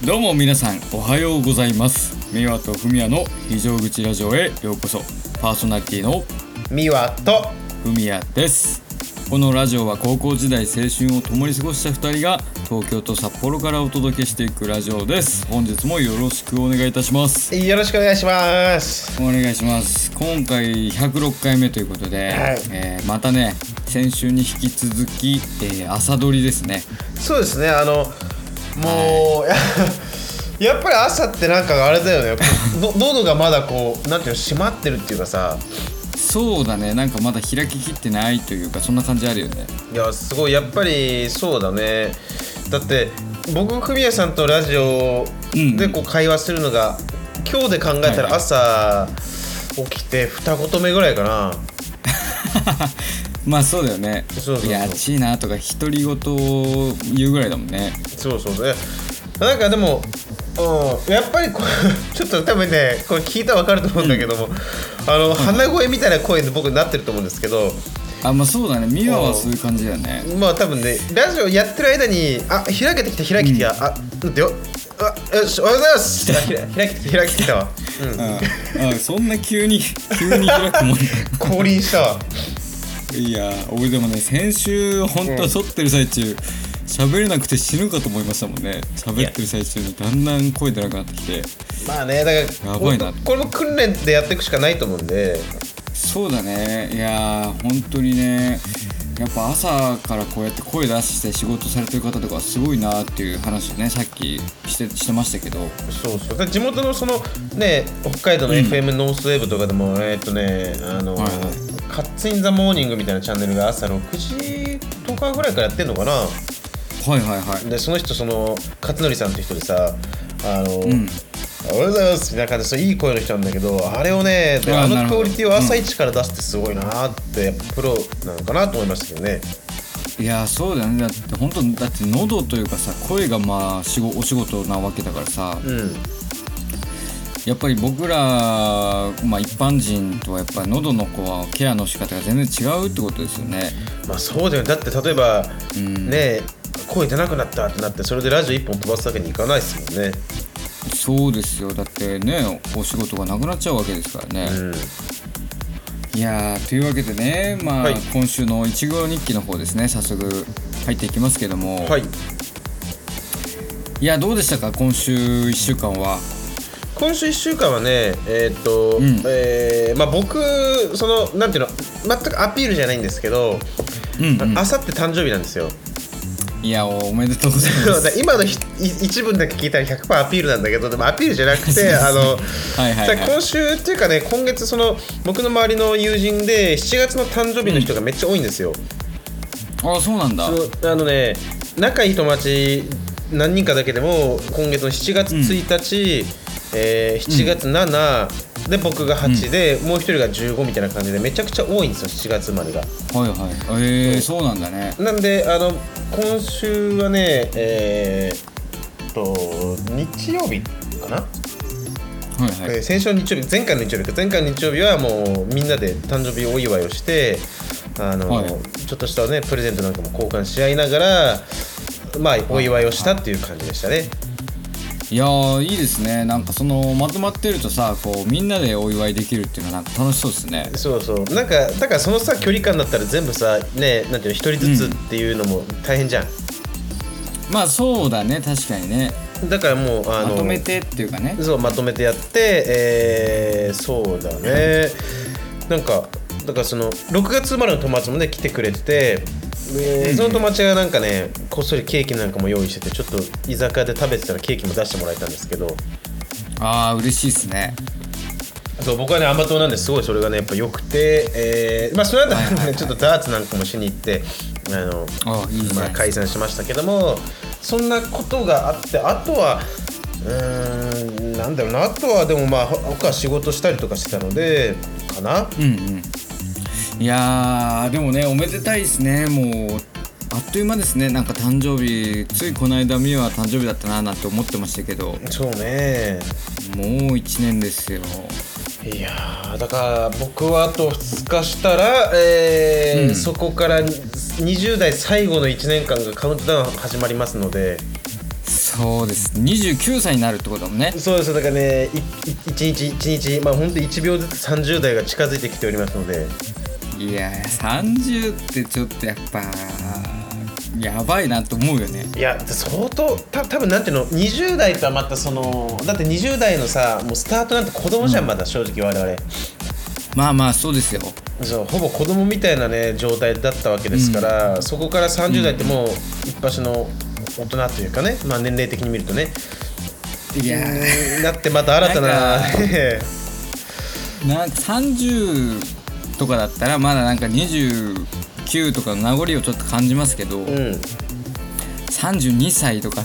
どうも皆さんおはようございます。ミワとフミヤの非常口ラジオへようこそ。パーソナリティのミワとフミヤです。このラジオは高校時代青春を共に過ごした2人が東京と札幌からお届けしていくラジオです。本日もよろしくお願いいたします。 よろしくお願いします。 お願いします。今回106回目ということで、 はい、 またね先週に引き続き、朝撮りですね。 そうですね、もう、やっぱり朝ってなんかあれだよね喉がまだこうなんていうの閉まってるっていうかさ。 そうだね、なんかまだ開ききってないというかそんな感じあるよね。 いやすごいやっぱりそうだね。だって僕フミヤさんとラジオでこう会話するのが、今日で考えたら朝起きて二言目ぐらいかな。 まあそうだよね。 そういや暑いなとか独り言を言うぐらいだもんね。 そうなんかでも、やっぱりちょっと多分ねこれ聞いたら分かると思うんだけども、鼻声みたいな声で僕になってると思うんですけど、 まあそうだね、ミワはそういう感じだよね。 まあ多分ねラジオやってる間に開けてきた待ってよ、よしおはようございます開けてきたわ。 そんな急に開くもん降臨したわ。 いや俺でもね先週本当は撮ってる最中喋れなくて死ぬかと思いましたもんね。喋ってる最中にだんだん声出なくなってきて、 まあねだからやばいな。 これも訓練でやっていくしかないと思うんで。 そうだね。いや本当にねやっぱ朝からこうやって声出して仕事されてる方とかすごいなっていう話をねさっきしてましたけど。 そう地元のそのね北海道の FM ノースウェーブとかでも、カッツインザモーニングみたいなチャンネルが朝6時とかぐらいからやってんのかな。でその人勝則さんっていう人でさおはようございますみたいな感じでいい声の人なんだけど、あれをねクオリティを朝一から出すってすごいなってプロなのかなと思いましたけどね。 いやそうだよね。だって本当だって喉というかさ声がまあお仕事なわけだからさ、やっぱり僕ら、一般人とはやっぱり喉のケアの仕方が全然違うってことですよね。 まあそうだよね。だって例えば、ね声出なくなったってなってそれでラジオ1本飛ばすわけにいかないですもんね。 そうですよ。だってねお仕事がなくなっちゃうわけですからね。いやというわけでね、今週の1号日記の方ですね、早速入っていきますけども、いやどうでしたか今週1週間は。 今週1週間はね僕なんていうの全くアピールじゃないんですけど、あさって誕生日なんですよ。 いやおめでとうございます今の一文だけ聞いたら 100% アピールなんだけど、でもアピールじゃなくて今週っていうかね今月僕の周りの友人で7月の誕生日の人がめっちゃ多いんですよ。 そうなんだ。 仲いい友達何人かだけでも今月の7月1日、7月7で僕が8で、もう一人が15みたいな感じでめちゃくちゃ多いんですよ7月生まれが。 そうなんだね。 なんで今週はね日曜日かな。先週の日曜日前回の日曜日はもうみんなで誕生日お祝いをしてちょっとしたねプレゼントなんかも交換し合いながらお祝いをしたっていう感じでしたね。 いやいいですね。なんかまとまってるとさみんなでお祝いできるっていうのはなんか楽しそうですね。 なんかだから距離感だったら全部さねなんていうの一人ずつっていうのも大変じゃん。 まあそうだね確かにね。 だからもうまとめてっていうかね。 まとめてやって、そうだね。なんかだから6月生まれの友達もね来てくれてて、その友達がなんかねこっそりケーキなんかも用意しててちょっと居酒屋で食べてたらケーキも出してもらえたんですけど。 嬉しいっすね。 僕はね甘党なんですごいそれがねやっぱ良くて、その後ねちょっとダーツなんかもしに行って解散しましたけども、そんなことがあってあとはなんだろうな、あとはでも他は仕事したりとかしてたのでかな。 いやでもねおめでたいですね。もうあっという間ですね。なんか誕生日ついこの間みは誕生日だったななんて思ってましたけど、 そうねもう1年ですよ。 いやだから僕はあと2日したら、そこから20代最後の1年間がカウントダウン始まりますので。 そうです。29歳になるってことだもんね。 そうです。だからね、1日1日、まあ本当1秒ずつ30代が近づいてきておりますので。 いや30ってちょっとやっぱやばいなと思うよね。 いや相当多分なんていうの、20代とはまたその、だって20代のさ、もうスタートなんて子供じゃん、まだ正直我々。 まあまあそうですよ。 そうほぼ子供みたいなね状態だったわけですから、そこから30代ってもう一発の大人というかね、まあ年齢的に見るとね、 いやなってまた新たな 30とかだったらまだなんか29とかの名残をちょっと感じますけど、32歳とか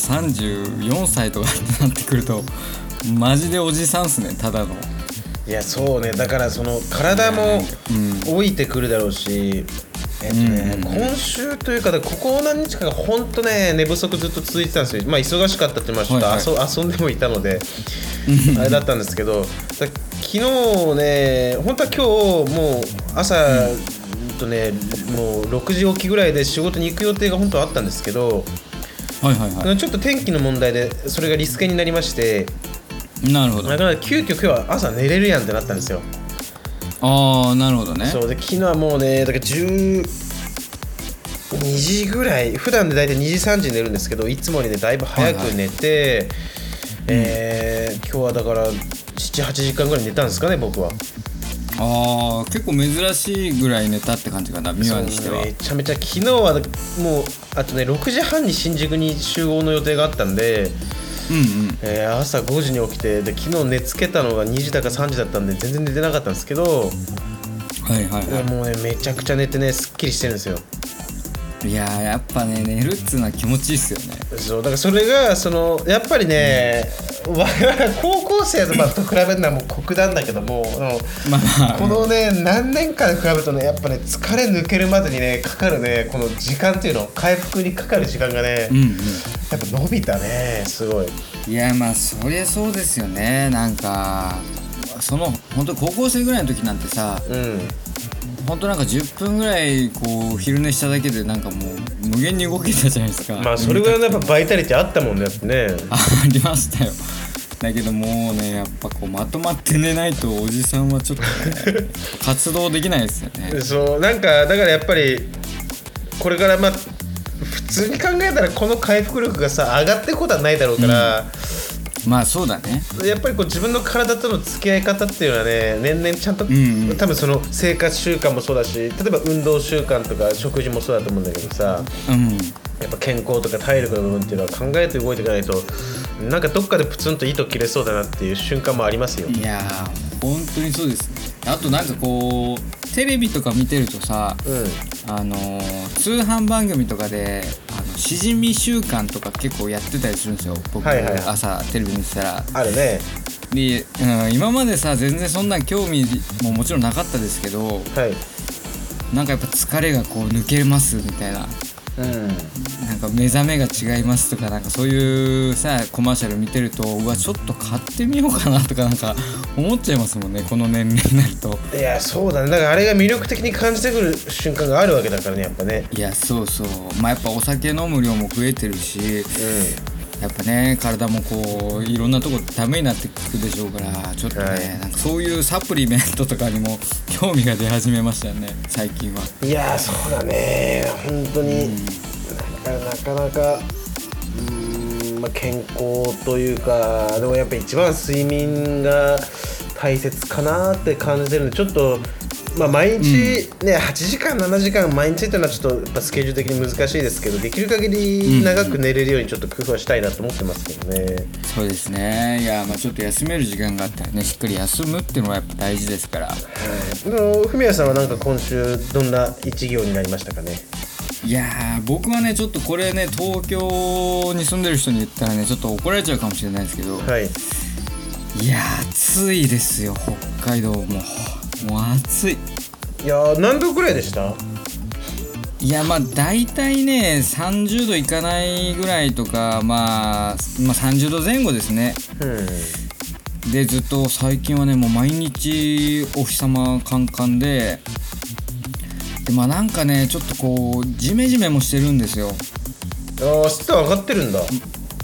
34歳とかってなってくるとマジでおじさんっすね、ただの。 いやそうね、だからその体も老いてくるだろうし、今週というかここ何日かが本当ね寝不足ずっと続いてたんですよ。まあ忙しかったってちょっと遊んでもいたのであれだったんですけど、昨日ね本当は今日もう朝ねもう6時起きぐらいで仕事に行く予定が本当はあったんですけど、ちょっと天気の問題でそれがリスケになりまして。 なるほど。 だから急遽今日は朝寝れるやんってなったんですよ。 ああなるほどね。 そうで昨日はもうねだから12時ぐらい、普段で大体2時3時に寝るんですけど、いつもにねだいぶ早く寝て、今日はだから7、8時間ぐらい寝たんですかね僕は。 ああ結構珍しいぐらい寝たって感じかな、美和にしては。 めちゃめちゃ昨日はもうあとね6時半に新宿に集合の予定があったんで、朝5時に起きて、で昨日寝つけたのが2時だか3時だったんで全然寝てなかったんですけど、もうねめちゃくちゃ寝てねすっきりしてるんですよ。 いややっぱね寝るっつうのは気持ちいいっすよね。 そうだからそれがそのやっぱりね、我々高校生と比べるのはもう酷なんだけども、このね何年間で比べるとねやっぱね疲れ抜けるまでにねかかるねこの時間っていうの、回復にかかる時間がね、やっぱ伸びたねすごい。 いやまあそりゃそうですよね。なんかその本当高校生ぐらいの時なんてさ、本当なんか10分ぐらいこう昼寝しただけでなんかもう無限に動けたじゃないですか。 まあそれぐらいのやっぱバイタリティあったもんね、やっぱね。 ありましたよ。だけどもうねやっぱこうまとまって寝ないとおじさんはちょっとね活動できないですよね。 そうなんかだからやっぱりこれからまあ普通に考えたらこの回復力がさ上がっていくことはないだろうから、 まあそうだね。 やっぱりこう自分の体との付き合い方っていうのはね年々ちゃんと、多分その生活習慣もそうだし、例えば運動習慣とか食事もそうだと思うんだけどさ、やっぱ健康とか体力の部分っていうのは考えて動いていかないとなんかどっかでプツンと糸切れそうだなっていう瞬間もありますよ。 いやー本当にそうですね。あとなんかこうテレビとか見てるとさ、通販番組とかでしじみ習慣とか結構やってたりするんですよ僕、朝テレビ見てたら。 あるね。 で、今までさ全然そんな興味ももちろんなかったですけど、なんかやっぱ疲れがこう抜けますみたいな、なんか目覚めが違いますとか、なんかそういうさコマーシャル見てると、うわちょっと買ってみようかなとかなんか思っちゃいますもんね、この年齢になると。 いやそうだね、だからあれが魅力的に感じてくる瞬間があるわけだからね、やっぱね。 いやそうそう、まあやっぱお酒飲む量も増えてるし、やっぱね体もこういろんなとこダメになってくるでしょうから、ちょっとね、なんかそういうサプリメントとかにも興味が出始めましたよね最近は。 いやそうだね、本当に、なかなか健康というか、でもやっぱ一番睡眠が大切かなって感じてるんで、ちょっと毎日ね、8時間7時間毎日っていうのはちょっとやっぱスケジュール的に難しいですけど、できる限り長く寝れるようにちょっと工夫はしたいなと思ってますけどね。 そうですね。いやちょっと休める時間があったらね、しっかり休むっていうのはやっぱ大事ですから。 フミヤさんはなんか今週どんな一行になりましたかね。 いや僕はねちょっとこれね東京に住んでる人に言ったらねちょっと怒られちゃうかもしれないですけど、いや暑いですよ北海道もう暑い。 いや何度くらいでした？ いや大体ね30度いかないぐらいとか、30度前後ですね。でずっと最近はねもう毎日お日様カンカンで、なんかねちょっとこうジメジメもしてるんですよ。 湿度上がってるんだ。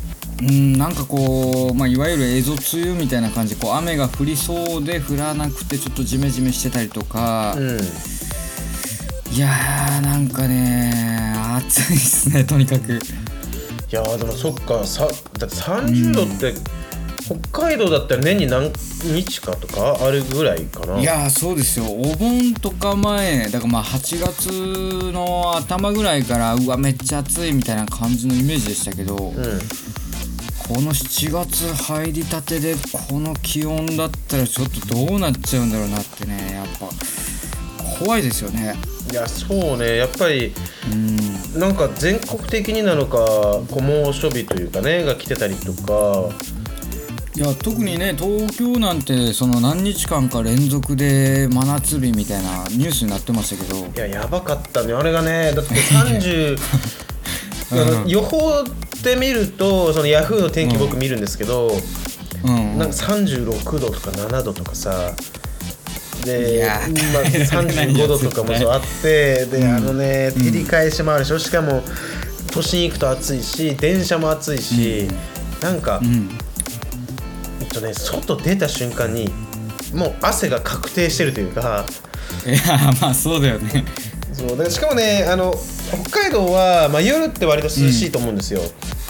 なんかこう、いわゆる蝦夷梅雨みたいな感じでこう雨が降りそうで降らなくてちょっとジメジメしてたりとか、いやーなんかね暑いっすねとにかく。いやでもそっかだって30度って、北海道だったら年に何日かとかあるぐらいかな。 いやそうですよ、お盆とか前だから8月の頭ぐらいからうわめっちゃ暑いみたいな感じのイメージでしたけど、この7月入りたてでこの気温だったらちょっとどうなっちゃうんだろうなってね、やっぱ怖いですよね。 いやそうね、やっぱりなんか全国的になのかこう猛暑日というかねが来てたりとか。 いや特にね東京なんてその何日間か連続で真夏日みたいなニュースになってましたけど、 いややばかったねあれがね。だって30予報で見るとそのヤフーの天気僕見るんですけど、なんか36度とか7度とかさで、35度とかもそうあってで、照り返しもあるでしょ。しかも都心行くと暑いし電車も暑いし、なんか、外出た瞬間にもう汗が確定してるというか。 いやまあそうだよね。 そうだからしかもね北海道は、夜って割と涼しいと思うんですよ。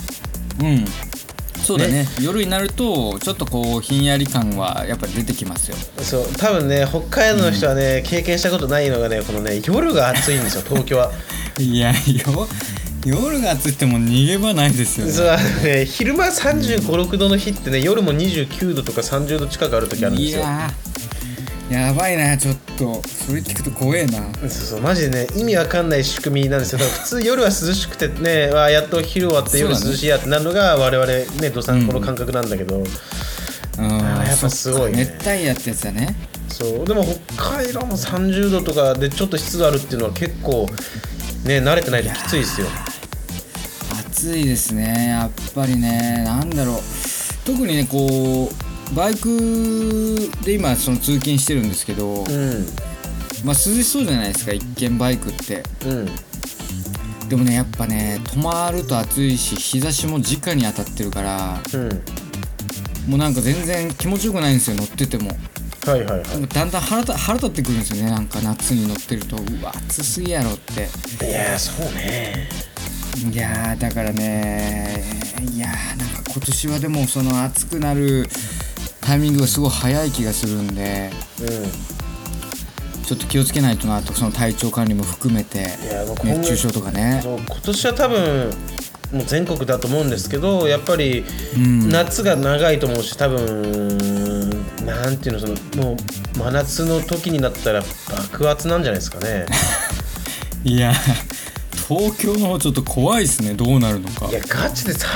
そうだね。夜になるとちょっとこうひんやり感はやっぱり出てきますよ。 そう多分ね北海道の人はね、経験したことないのがねこのね夜が暑いんですよ東京は。 いや夜が暑いってもう逃げ場ないですよね。 そうね、昼間35、6度の日ってね夜も29度とか30度近くある時あるんですよ。 やばいなちょっとそれ聞くと怖えな。 そうマジでね意味わかんない仕組みなんですよ。だから普通夜は涼しくてねやっと昼終わって夜涼しいやってなるのが我々ねどさんこの感覚なんだけど、やっぱすごいね。 熱帯夜ってやつだね。 そうでも北海道も30度とかでちょっと湿度あるっていうのは結構ね慣れてないときついですよ。 暑いですねやっぱりね。なんだろう、特にねこうバイクで今その通勤してるんですけど、涼しそうじゃないですか一見バイクって、でもねやっぱね止まると暑いし日差しも直に当たってるから、もうなんか全然気持ちよくないんですよ乗ってても。だんだん腹立ってくるんですよね。なんか夏に乗ってるとうわ暑すぎやろって。 いやそうね。 いやだからねなんか今年はでもその暑くなるタイミングがすごい早い気がするんで、ちょっと気をつけないとなと。その体調管理も含めて熱中症とかね。 今年は多分もう全国だと思うんですけどやっぱり夏が長いと思うし多分なんていうのもう真夏の時になったら爆発なんじゃないですかね。 いや東京の方ちょっと怖いですねどうなるのか。 いやガチで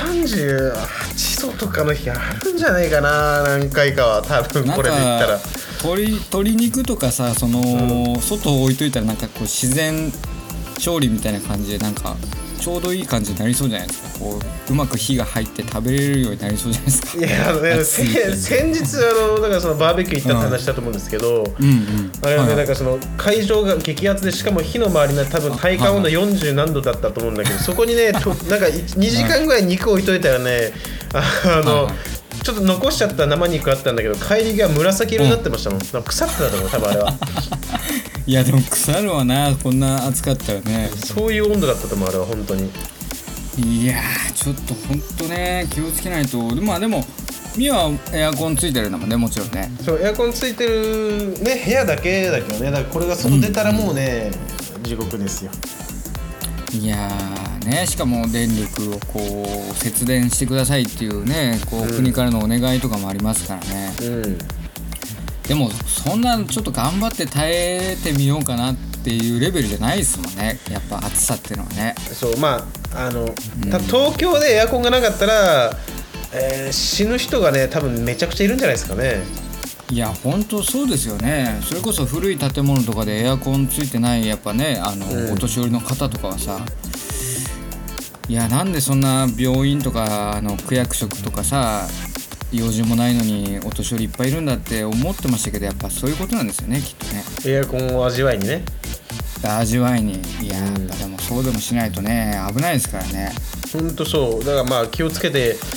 38度とかの日あるんじゃないかな何回かは多分これで言ったら。 鶏肉とかさ外置いといたらなんかこう自然調理みたいな感じでなんかちょうどいい感じになりそうじゃないですか。こうまく火が入って食べれるようになりそうじゃないですか。 いや先日だからそのバーベキュー行ったって話したと思うんですけど、あれはねなんかその会場が激アツでしかも火の周りが多分体感温度40何度だったと思うんだけどそこにねなんか2時間ぐらい肉置いといたらねちょっと残しちゃった生肉あったんだけど帰りが紫色になってましたもん。腐ってたと思う多分あれは。 いやでも腐るわなこんな暑かったらね。 そういう温度だったと思うあれは本当に。 いやちょっと本当ね気をつけないと。でもミはエアコンついてるんだもんねもちろんね。 そうエアコンついてるね部屋だけだけどね。だからこれが外出たらもうね、地獄ですよ。 いやねしかも電力をこう節電してくださいっていうねこう、国からのお願いとかもありますからね。でもそんなちょっと頑張って耐えてみようかなっていうレベルじゃないですもんねやっぱ暑さっていうのはね。 そう東京でエアコンがなかったら、死ぬ人がね多分めちゃくちゃいるんじゃないですかね。 いや本当そうですよね。それこそ古い建物とかでエアコンついてないやっぱねお年寄りの方とかはさいやなんでそんな病院とか区役所とかさ用事もないのにお年寄りいっぱいいるんだって思ってましたけどやっぱそういうことなんですよねきっとね。 エアコンを味わいにね。 味わいにいややっぱでもそうでもしないとね危ないですからね。 ほんとそうだから気をつけて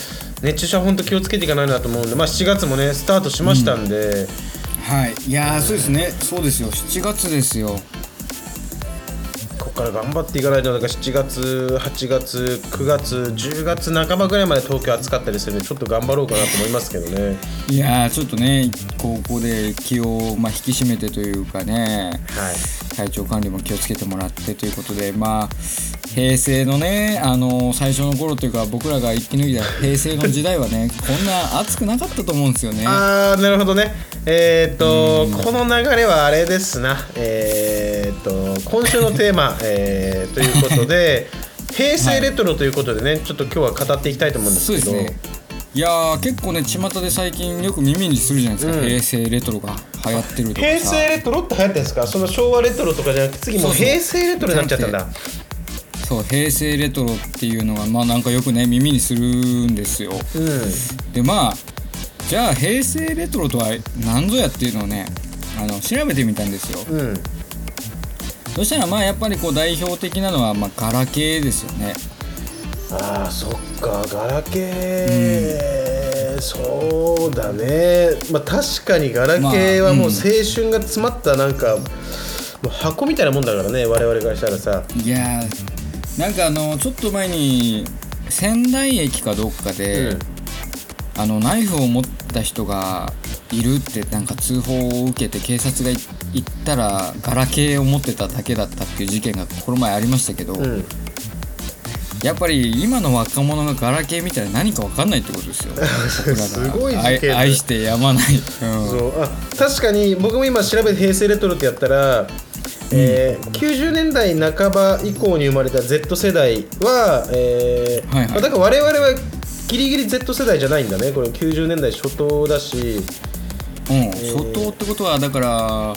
熱中症は本当気をつけていかないなと思うんで、まあ、7月もねスタートしましたんで、 はい、いやーそうですね、そうですよ、7月ですよ。 ここから頑張っていかないと。だから7月、8月、9月、10月半ばぐらいまで東京暑かったりするんで、ちょっと頑張ろうかなと思いますけどね。 いやーちょっとね、ここで気を、引き締めてというかね、 はい、 体調管理も気をつけてもらってということで、平成のね、最初の頃というか、僕らが生き抜いた平成の時代はねこんな暑くなかったと思うんですよね。 あー、なるほどね。この流れはあれですな。今週のテーマ、ということで平成レトロということでね、ちょっと今日は語っていきたいと思うんですけど。 そうですね。いやー結構ね、巷で最近よく耳にするじゃないですか、平成レトロが流行ってるとかさ。 平成レトロって流行ってるんですか？その昭和レトロとかじゃなくて、次もう平成レトロになっちゃったんだ。 そう平成レトロっていうのがなんかよくね耳にするんですよ。でじゃあ平成レトロとは何ぞやっていうのをね調べてみたんですよ。そしたらやっぱりこう代表的なのはガラケーですよね。 ああ、そっか、ガラケー、そうだね。確かにガラケーはもう青春が詰まったなんか、もう箱みたいなもんだからね、我々からしたらさ。 いやーなんかちょっと前に仙台駅かどっかで、ナイフを持った人がいるってなんか通報を受けて警察が行ったらガラケーを持ってただけだったっていう事件がこの前ありましたけど、やっぱり今の若者がガラケー見たら何か分かんないってことですよ。 すごい事件。 愛してやまない、 そう確かに僕も今調べて平成レトロってやったら、90年代半ば以降に生まれた Z 世代は、だから我々はギリギリ Z 世代じゃないんだね。これ90年代初頭だし、 初頭ってことはだから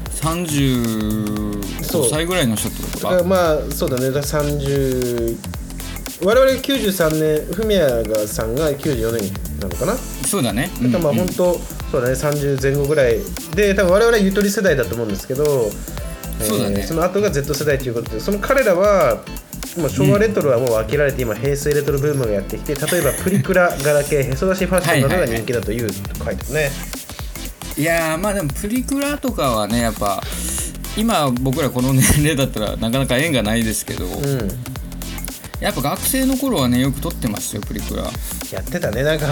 35歳ぐらいの人ってことか。 そうだね。だから30、我々93年、フミヤさんが94年なのかな。 そうだね。 だから本当、そうだね、30前後ぐらいで、多分我々はゆとり世代だと思うんですけど、 そうだね、 その後が Z 世代ということで、その彼らはもう昭和レトロはもう飽きられて、今平成レトロブームがやってきて、例えばプリクラ、ガラケー、へそ出しファッションなどが人気だという書いてるね。 いやーでもプリクラとかはね、やっぱ今僕らこの年齢だったらなかなか縁がないですけど、やっぱ学生の頃はねよく撮ってましたよ、プリクラ。 やってたね。なんか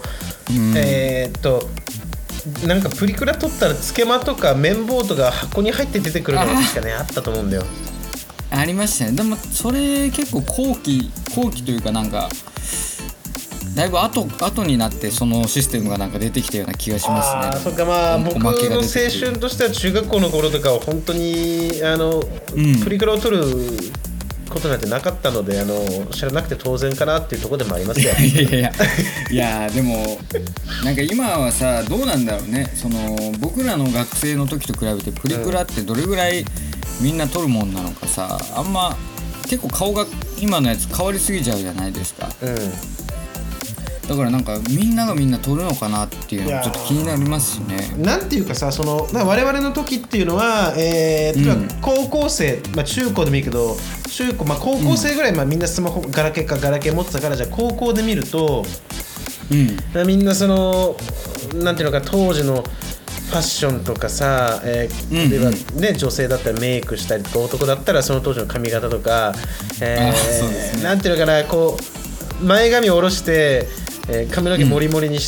なんかプリクラ撮ったらつけまとか綿棒とか箱に入って出てくるのが確かねあったと思うんだよ。 ありましたね。でもそれ結構後期というか、なんかだいぶ後になってそのシステムがなんか出てきたような気がしますね。 そっか。僕の青春としては中学校の頃とかは本当にプリクラを撮ることなんてなかったので、知らなくて当然かなっていうところでもありますよ。 いやでもなんか今はさ、どうなんだろうね。僕らの学生の時と比べてプリクラってどれぐらいみんな撮るもんなのかさ、結構顔が今のやつ変わりすぎちゃうじゃないですか。だからなんかみんながみんな撮るのかなっていうのちょっと気になりますしね。 なんていうかさ、我々の時っていうのは、高校生、中高でもいいけど、高校生ぐらい、みんなスマホガラケー持ってたから、じゃあ高校で見ると、みんななんていうのか、当時のファッションとかさ、例えばね、女性だったらメイクしたりとか、男だったらその当時の髪型とか、なんていうのかな、こう前髪を下ろして髪の毛モリモリにして、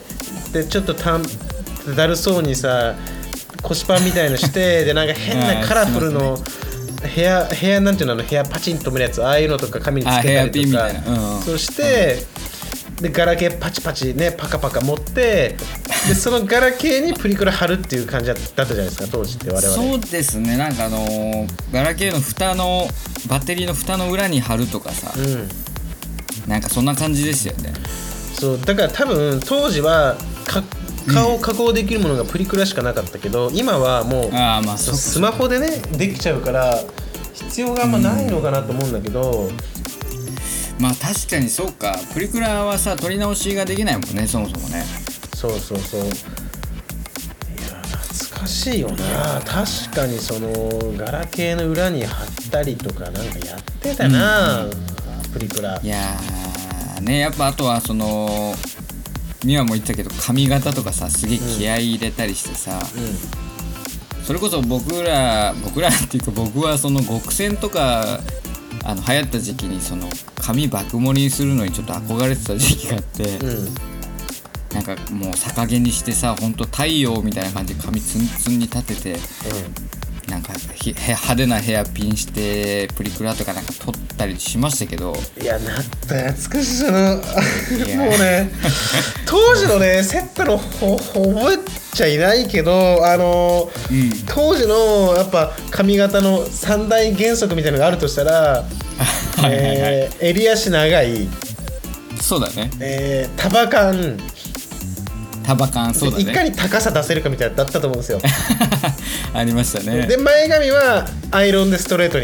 でちょっとだるそうにさ腰パンみたいのしてでなんか変なカラフルのヘアなんていうの、ヘアパチンと止めるやつ、ああいうのとか髪につけたりとか、そして、でガラケーパチパチね、パカパカ持って、でそのガラケーにプリクラ貼るっていう感じだったじゃないですか、当時って我々。 そうですね。なんかガラケーのバッテリーの蓋の裏に貼るとかさ、なんかそんな感じですよね。 そうだから多分当時は顔を加工できるものがプリクラしかなかったけど、今はもうスマホでねできちゃうから必要があんまないのかなと思うんだけど、 確かにそうか。プリクラはさ撮り直しができないもんね、そもそもね。 そう。いや懐かしいよな。確かにガラケーの裏に貼ったりとかなんかやってたな、プリクラ。 いやあね、やっぱあとはそのミワも言ってたけど髪型とかさすげえ気合い入れたりしてさ、それこそ僕らっていうか僕はその極戦とか流行った時期にその髪爆盛りにするのにちょっと憧れてた時期があって、なんかもう逆毛にしてさ、ほんと太陽みたいな感じで髪ツンツンに立てて、なんか派手なヘアピンしてプリクラとかなんか撮ったりしましたけど、 いやなった懐かしいなもうね当時のねセットの覚えちゃいないけど当時のやっぱ髪型の三大原則みたいなのがあるとしたら襟足長い、 そうだね、 束感、 そうだね、 いかに高さ出せるかみたいなだったと思うんですよありましたね。 で前髪はアイロンでストレートに、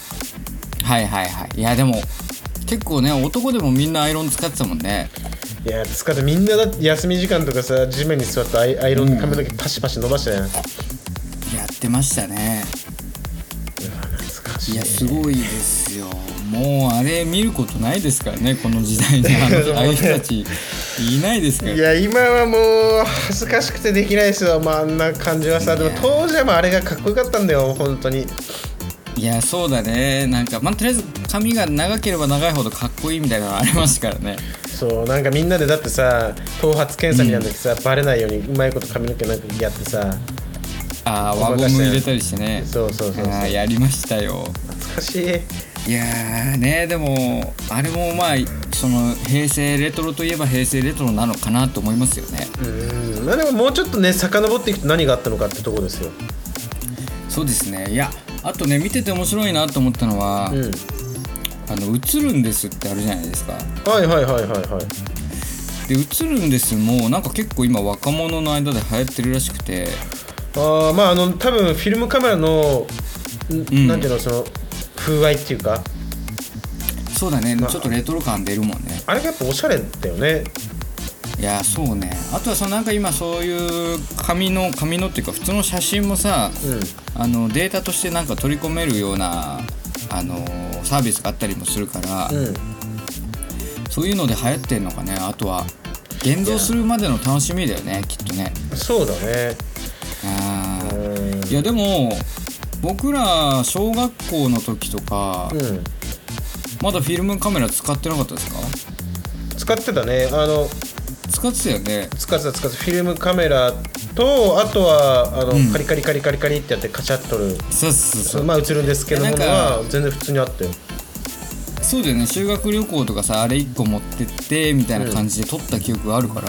いやでも結構ね男でもみんなアイロン使ってたもんね。 いや使ってみんなだって休み時間とかさ地面に座ってアイロンで髪の毛パシパシ伸ばしてね、 やってましたね。 懐かしい。 いやすごいですよ。もうあれ見ることないですからね、この時代にああいう人たちいないですから。 いや今はもう恥ずかしくてできないですよ、あんな感じはさ。でも当時はもうあれがかっこよかったんだよ本当に。 いやそうだね、なんかとりあえず髪が長ければ長いほどかっこいいみたいなのありますからね。 そうなんかみんなでだってさ頭髪検査みたいな時さ、バレないようにうまいこと髪の毛なんかやってさ、 輪ゴム入れたりしてね。 そうやりましたよ。 懐かしい。 いやーね、でもあれもまあその平成レトロといえば平成レトロなのかなと思いますよね。 まあでももうちょっとね遡っていくと何があったのかってとこですよ。 そうですね。いやあとね見てて面白いなと思ったのは、映るんですってあるじゃないですか。 はいで映るんですもなんか結構今若者の間で流行ってるらしくて、 まあ多分フィルムカメラのなんていうのその風合いっていうか、 そうだね、ちょっとレトロ感出るもんね。 あれがやっぱおしゃれだよね。 いやそうね。あとはなんか今そういう紙のっていうか普通の写真もさ、データとしてなんか取り込めるようなサービスがあったりもするから、そういうので流行ってんのかね。あとは現像するまでの楽しみだよねきっとね。 そうだね。 いやでも僕ら小学校の時とか、まだフィルムカメラ使ってなかったですか？ 使ってたね。 使ってたよね。 使ってフィルムカメラとあとはカリカリってやってカチャッとる。 そうまあ映るんですけどものは全然普通にあったよ。 そうだよね。修学旅行とかさあれ1個持ってってみたいな感じで撮った記憶があるから、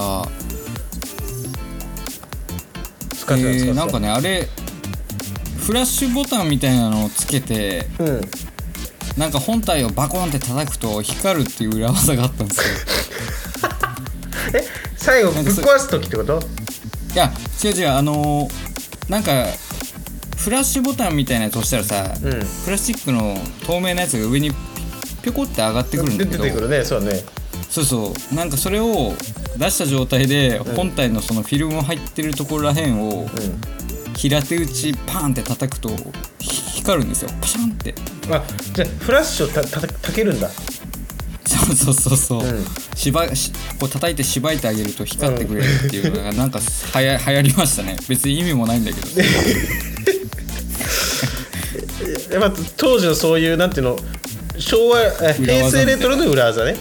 使ってた。 なんかねあれフラッシュボタンみたいなのをつけて、なんか本体をバコンって叩くと光るっていう裏技があったんですよ最後ぶっ壊す時ってこと？ いや違うなんかフラッシュボタンみたいなやつ押したらさ、プラスチックの透明なやつが上にピョコって上がってくるんだけど、 出てくるね。そうね。 そうなんかそれを出した状態で本体のそのフィルム入ってるところらへんを平手打ちパーンって叩くと光るんですよ。パシャンって。 じゃあフラッシュをたけるんだ。 そう、こう叩いてしばいてあげると光ってくれるっていうのがなんか流行りましたね。別に意味もないんだけど当時のそういうなんていうの平成レトロの裏技ね。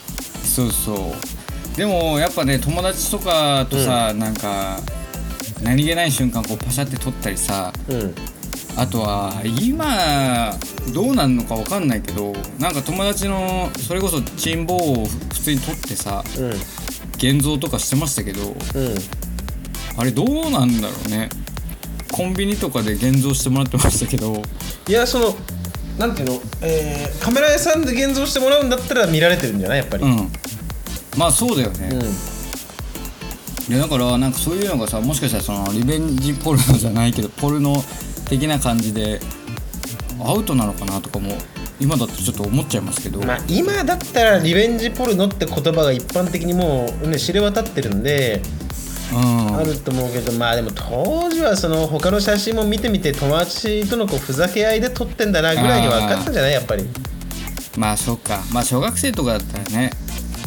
そうでもやっぱね友達とかとさ、なんか何気ない瞬間こうパシャって撮ったりさ、あとは今どうなんのか分かんないけど、なんか友達のそれこそチンボを普通に撮ってさ、現像とかしてましたけど、あれどうなんだろうね。コンビニとかで現像してもらってましたけど、 いやなんていうの、カメラ屋さんで現像してもらうんだったら見られてるんじゃないやっぱり。 まあそうだよね。いやだからなんかそういうのがさ、もしかしたらそのリベンジポルノじゃないけどポルノ的な感じでアウトなのかなとかも今だとちょっと思っちゃいますけど、 今だったらリベンジポルノって言葉が一般的にもう、ね、知れ渡ってるんで、あると思うけど、でも当時はその他の写真も見てみて友達とのふざけ合いで撮ってんだなぐらいに分かったんじゃないやっぱり。 そうか。小学生とかだったらね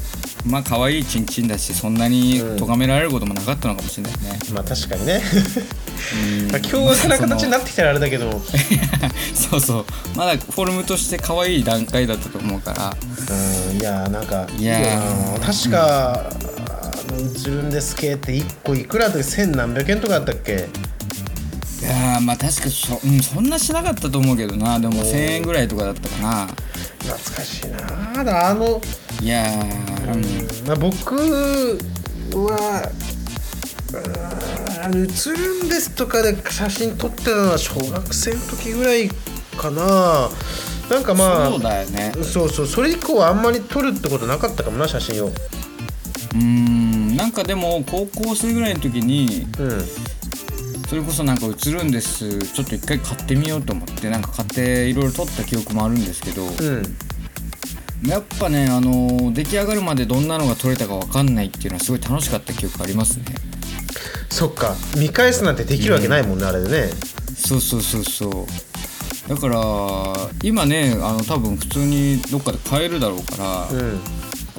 まあ可愛いチンチンだし、そんなに咎められることもなかったのかもしれないね。 まあ確かにね凶悪な形になってきたらあれだけどそうそう、まだフォルムとして可愛い段階だったと思うから。 いやなんかいいよな。確か、映るんですけって1個いくらで1000何百円とかあったっけ。 いやまあ確かそんなしなかったと思うけどな。でも1000円ぐらいとかだったかな。 懐かしいな。 いや僕は映るんですとかで写真撮ってたのは小学生の時ぐらいかな。なんかまあそうだよね。 そうそれ以降はあんまり撮るってことなかったかもな、写真を。 なんかでも高校生ぐらいの時に、それこそなんか映るんですちょっと一回買ってみようと思ってなんか買っていろいろ撮った記憶もあるんですけど、やっぱね出来上がるまでどんなのが撮れたか分かんないっていうのはすごい楽しかった記憶ありますね。 そっか、見返すなんてできるわけないもんね、あれでね。 そうだから今ね多分普通にどっかで買えるだろうから、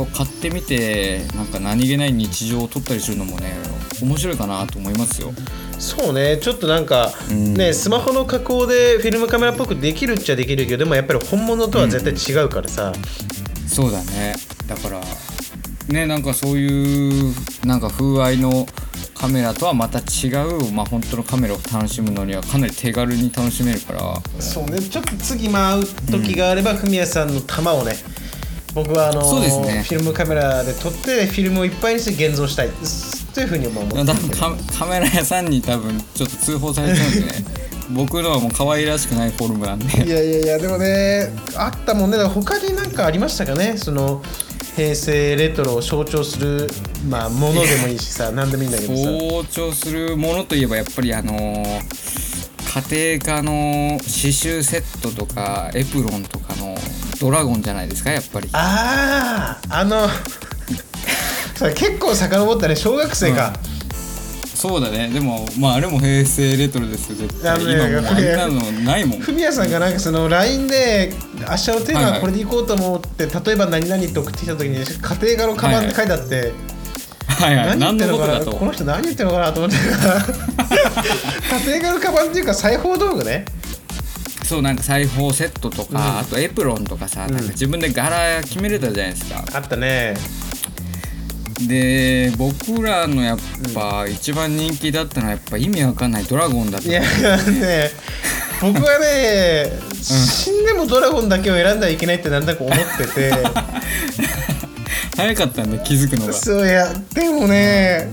買ってみてなんか何気ない日常を撮ったりするのもね面白いかなと思いますよ。 そうね、ちょっとなんか、スマホの加工でフィルムカメラっぽくできるっちゃできるけど、でもやっぱり本物とは絶対違うからさ、 そうだね。だからね、なんかそういうなんか風合いのカメラとはまた違う、本当のカメラを楽しむのにはかなり手軽に楽しめるから。そうね、 ちょっと次会う時があれば、フミヤさんの玉をね、僕はそうですね、 フィルムカメラで撮ってフィルムをいっぱいにして現像したいというふうに思って多分カメラ屋さんに多分ちょっと通報されちゃうんでね僕のはもう可愛らしくないフォルムなんで。 いやでもね、あったもんね。だから他に何かありましたかね、その平成レトロを象徴するものでもいいしさ何でもいいんだけどさ。 象徴するものといえばやっぱり家庭科の刺繍セットとかエプロンとかのドラゴンじゃないですか、やっぱり。 それ結構遡ったね、小学生か。 そうだね。でもあれも平成レトロですよ絶対。今もうあんなのないもん。 フミヤさんがなんかその LINE で明日のテーマはこれでいこうと思って、例えば何々って送ってきた時に家庭科のカバンって書いてあって、何言ってんのかな、この人何言ってんのかなと思って家庭科のカバンっていうか裁縫道具ね。 そう、なんか裁縫セットとか、あとエプロンとかさ、なんか自分で柄決めれたじゃないですか。 あったね。 で僕らのやっぱ一番人気だったのはやっぱ意味わかんないドラゴンだった。 いやね、僕はね、死んでもドラゴンだけを選んだらいけないってなんだか思ってて早かったんで気づくのが。 そう、いやでもね、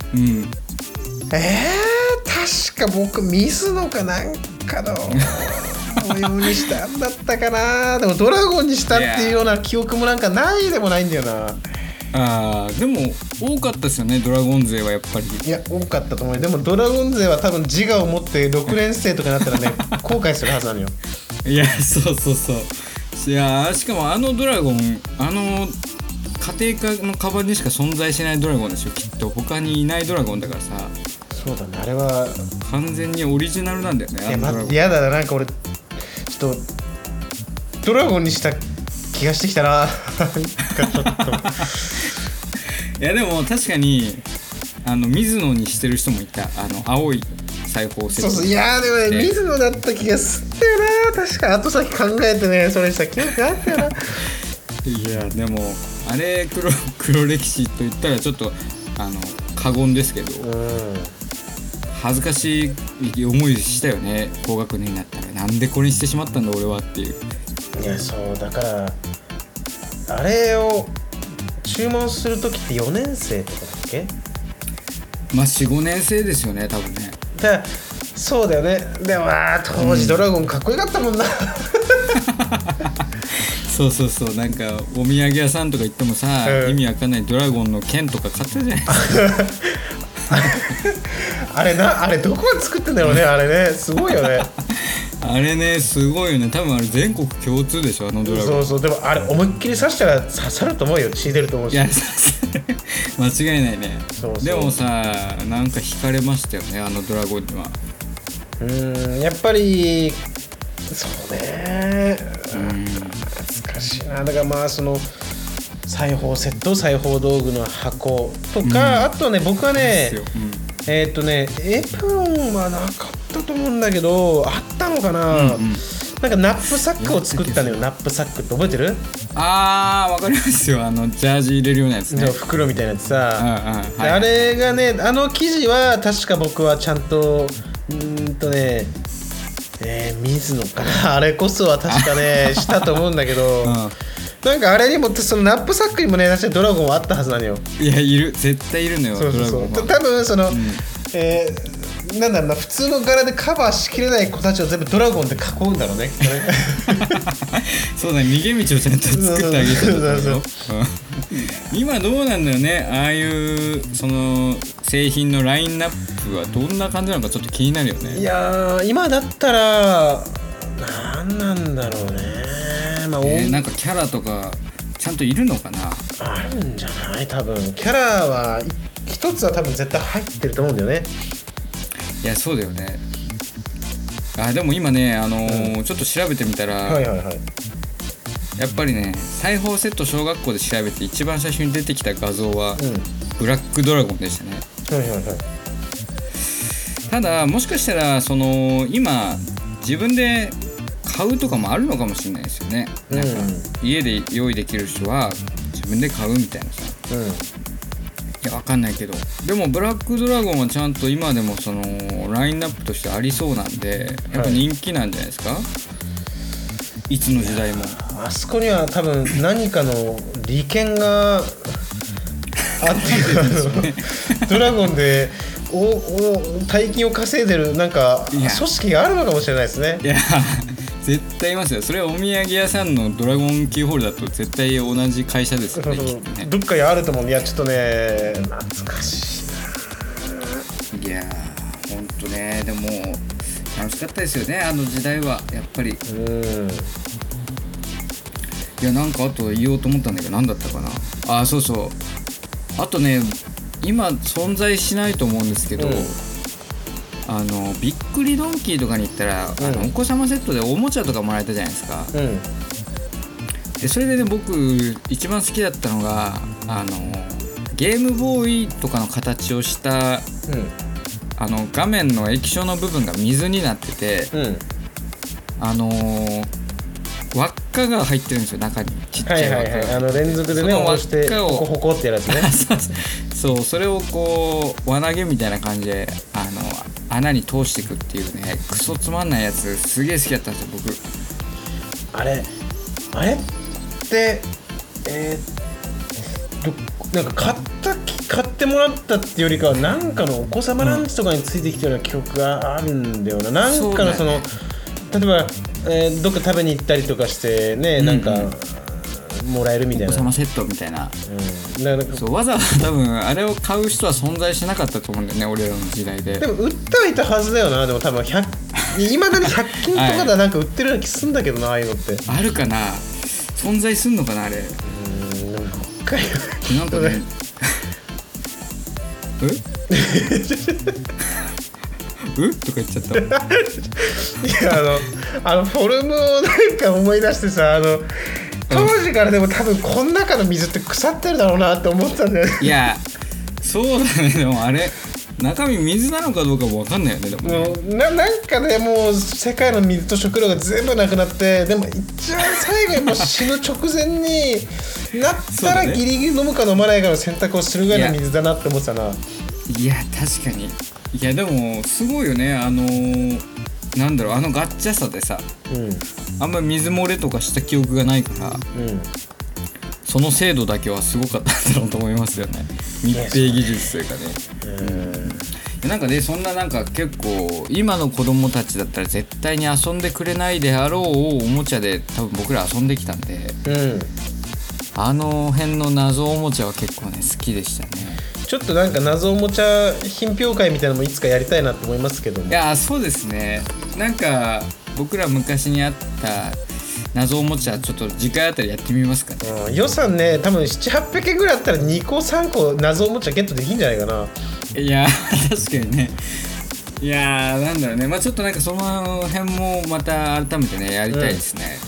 確か僕水野かなんかの模様にしたんだったかな。でもドラゴンにしたっていうような記憶もなんかないでもないんだよな。 でも多かったですよね、ドラゴン勢はやっぱり。 いや多かったと思う。でもドラゴン勢は多分自我を持って6年生とかになったらね後悔するはずなのよ。 いやそういやしかもドラゴン家庭科のカバンにしか存在しないドラゴンでしょきっと。他にいないドラゴンだからさ。 そうだね、あれは完全にオリジナルなんだよね。 やだな、なんか俺ちょっとドラゴンにした気がしてきたなちょっといやでも確かに水野にしてる人もいた。青い裁縫セット。 そういやでもね、水野だった気がすったよな。確か後先考えてね、それした記憶あったよな。いやでもあれ黒歴史と言ったらちょっと過言ですけど、恥ずかしい思いしたよね。高学年になったらなんでこれにしてしまったんだ俺はっていう。 いやそうだからあれを注文する時って4年生とかだっけ ？4、5年生ですよね多分ね。 そうだよね。でも当時ドラゴンかっこよかったもんな、 そうなんかお土産屋さんとか行ってもさ、意味わかんないドラゴンの剣とか買ってるじゃないですかあれどこが作ってんだろうね。あれねすごいよねあれねすごいよね。多分あれ全国共通でしょ、ドラゴン。 そうでもあれ思いっきり刺したら刺さると思うよ。血出ると思うし。 いや間違いないね。でもさなんか惹かれましたよねドラゴンには。 やっぱりそうね。懐かしいな。だからその裁縫セット、裁縫道具の箱とか、あとね僕はねエプロンはなかったと思うんだけど、あったのかな、なんかナップサックを作ったのよ。ナップサックって覚えてる？ あー、わかりますよ。ジャージ入れるようなやつね。 袋みたいなやつさ、あれがね、あの生地は確か僕はちゃんと水野かな、あれこそは確かねしたと思うんだけど、なんかあれにもそのナップサックにもね、確かにドラゴンはあったはずなのよ。 いや、いる、絶対いるのよ。 そう多分その、なんだろうな、普通の柄でカバーしきれない子たちを全部ドラゴンで囲うんだろうねそうだね、逃げ道をちゃんと作ってあげてる。今どうなんだよね、ああいうその製品のラインナップはどんな感じなのかちょっと気になるよね。 いやー、今だったらなんなんだろうね、 なんかキャラとかちゃんといるのかな。 あるんじゃない？多分キャラは一つは多分絶対入ってると思うんだよね。 いや、そうだよね。でも今ね、ちょっと調べてみたら、やっぱりね、裁縫セット小学校で調べて一番最初に出てきた画像は、ブラックドラゴンでしたね。ただもしかしたらその今自分で買うとかもあるのかもしれないですよね。なんか家で用意できる人は自分で買うみたいなさ、いや、わかんないけど、でもブラックドラゴンはちゃんと今でもそのラインナップとしてありそうなんで、やっぱ人気なんじゃないですか、いつの時代も。 あそこには多分何かの利権があってドラゴンで大金を稼いでるなんか組織があるのかもしれないですね。 いや絶対いますよ。それはお土産屋さんのドラゴンキーホルダーと絶対同じ会社ですよね。 どっかにあると思う。いや、ちょっとね、懐かしいな。いやー、ほんとね、でも楽しかったですよね、あの時代はやっぱり。いや、なんかあと言おうと思ったんだけど、何だったかな。そうそう、あとね、今存在しないと思うんですけど、びっくりドンキーとかに行ったら、お子様セットでおもちゃとかもらえたじゃないですか。でそれでね、僕一番好きだったのがゲームボーイとかの形をした、画面の液晶の部分が水になってて、輪っかが入ってるんですよ、中にちっちゃい輪っかが。 連続でね、押してホコホコってやつねそう、それをこう輪投げみたいな感じで穴に通していくっていうね、クソつまんないやつすげえ好きだったんですよ、僕。あれってなんか買ってもらったってよりかは、なんかのお子様ランチとかについてきたような記憶があるんだよな。なんかのその例えば、どっか食べに行ったりとかしてね、なんかもらえるみたいな、 お子様セットみたいな、そう、わざわざ多分あれを買う人は存在しなかったと思うんだよね、俺らの時代で。 でも売ってはいたはずだよな。でも多分いまだに100均とかでなんか売ってるような気すんだけどな、ああいうのってあるかな、存在すんのかな、あれ。なんかねとか言っちゃった。いや、フォルムをなんか思い出してさ、当時からでも多分この中の水って腐ってるだろうなって思ってたんだよね。 いや、そうだね。でもあれ中身水なのかどうかも分かんないよね。でもね、 なんかね、もう世界の水と食料が全部なくなって、でも一番最後にもう死ぬ直前になったらギリギリ飲むか飲まないかの選択をするぐらいの水だなって思ってたな。 いや、確かに。いや、でもすごいよね。なんだろう、ガッチャさでさ、あんまり水漏れとかした記憶がないから、その精度だけはすごかったんだろうと思いますよね。密閉技術というかね。なんかね、そんななんか結構今の子供たちだったら絶対に遊んでくれないであろうおもちゃで多分僕ら遊んできたんで、あの辺の謎おもちゃは結構ね好きでしたね。 ちょっとなんか謎おもちゃ品評会みたいなのもいつかやりたいなと思いますけども。 いや、そうですね。なんか僕ら昔にあった謎おもちゃちょっと次回あたりやってみますかね。 予算ね、多分700-800円ぐらいあったら2個3個謎おもちゃゲットできんじゃないかな。 いや確かにね。いやなんだろうね、ちょっとなんかその辺もまた改めてねやりたいですね。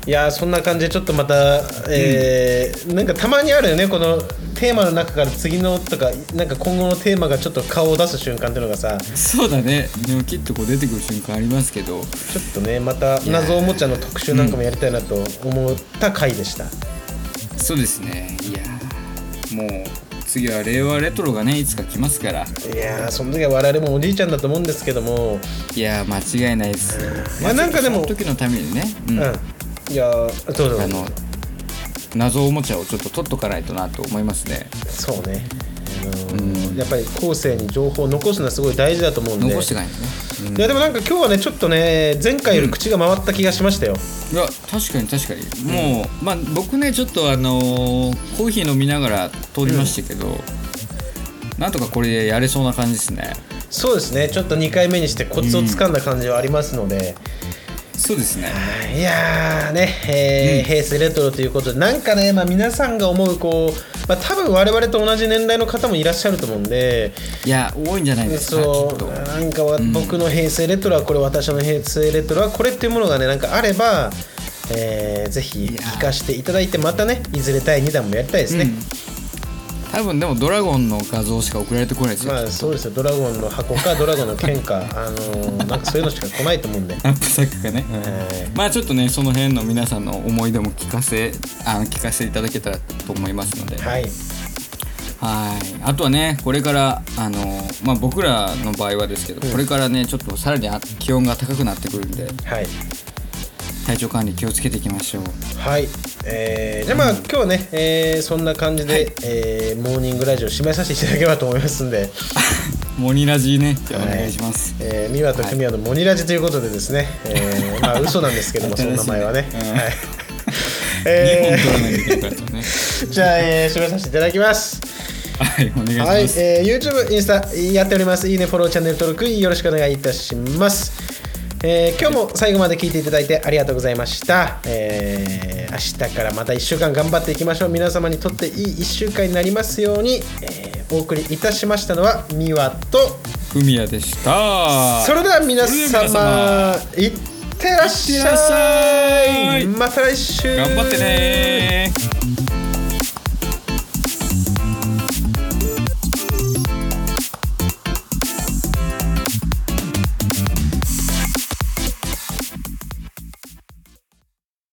いやそんな感じでちょっとまた、なんかたまにあるよね、このテーマの中から次のとか、なんか今後のテーマがちょっと顔を出す瞬間っていうのがさ、 そうだね、でもきっとこう出てくる瞬間ありますけど、 ちょっとねまた謎おもちゃの特集なんかもやりたいなと思った回でした。 そうですね。いやもう次は令和レトロがねいつか来ますから。 いやその時は我々もおじいちゃんだと思うんですけども、 いや間違いないです。 まあなんかでもその時のためにね、 いやそう謎おもちゃをちょっと取っとかないとなと思いますね。 そうね、やっぱり後世に情報を残すのはすごい大事だと思うんで、 残してないね。 いやでもなんか今日はねちょっとね前回より口が回った気がしましたよ。 いや確かにもう、まあ僕ねちょっとコーヒー飲みながら通りましたけど、なんとかこれでやれそうな感じですね。 そうですね、ちょっと2回目にしてコツをつかんだ感じはありますので、 そうですね。 いやーね、平成レトロということで、なんかね、まあ、皆さんが思うこう、まあ、多分我々と同じ年代の方もいらっしゃると思うんで、 いや多いんじゃないですか。 そうなんか僕の平成レトロはこれ、私の平成レトロはこれっていうものがねなんかあれば、ぜひ聞かせていただいて、またねいずれ第2弾もやりたいですね。 多分でもドラゴンの画像しか送られてこないですよ。 まあそうですよ、ドラゴンの箱かドラゴンの剣かなんかそういうのしか来ないと思うんで、 アップサックがね、まあちょっとねその辺の皆さんの思い出も聞かせていただけたらと思いますので、はいあとはねこれからまあ僕らの場合はですけど、これからねちょっとさらに気温が高くなってくるんで、体調管理気をつけていきましょう。 はい、じゃあまあ、今日はね、そんな感じで、モーニングラジオ締めさせていただければと思いますんでモニラジねお願いします。 ミワとクミワのモニラジということでですね、まあ嘘なんですけどもその名前はね、 2本取らないといけないからねじゃあ、締めさせていただきます。 はい、お願いします。 YouTube、インスタやっております。いいね、フォロー、チャンネル登録よろしくお願いいたします。今日も最後まで聞いていただいてありがとうございました。明日からまた1週間頑張っていきましょう。皆様にとっていい1週間になりますように、お送りいたしましたのはミワとフミヤでした。 それでは皆様いってらっしゃい。また来週頑張ってね。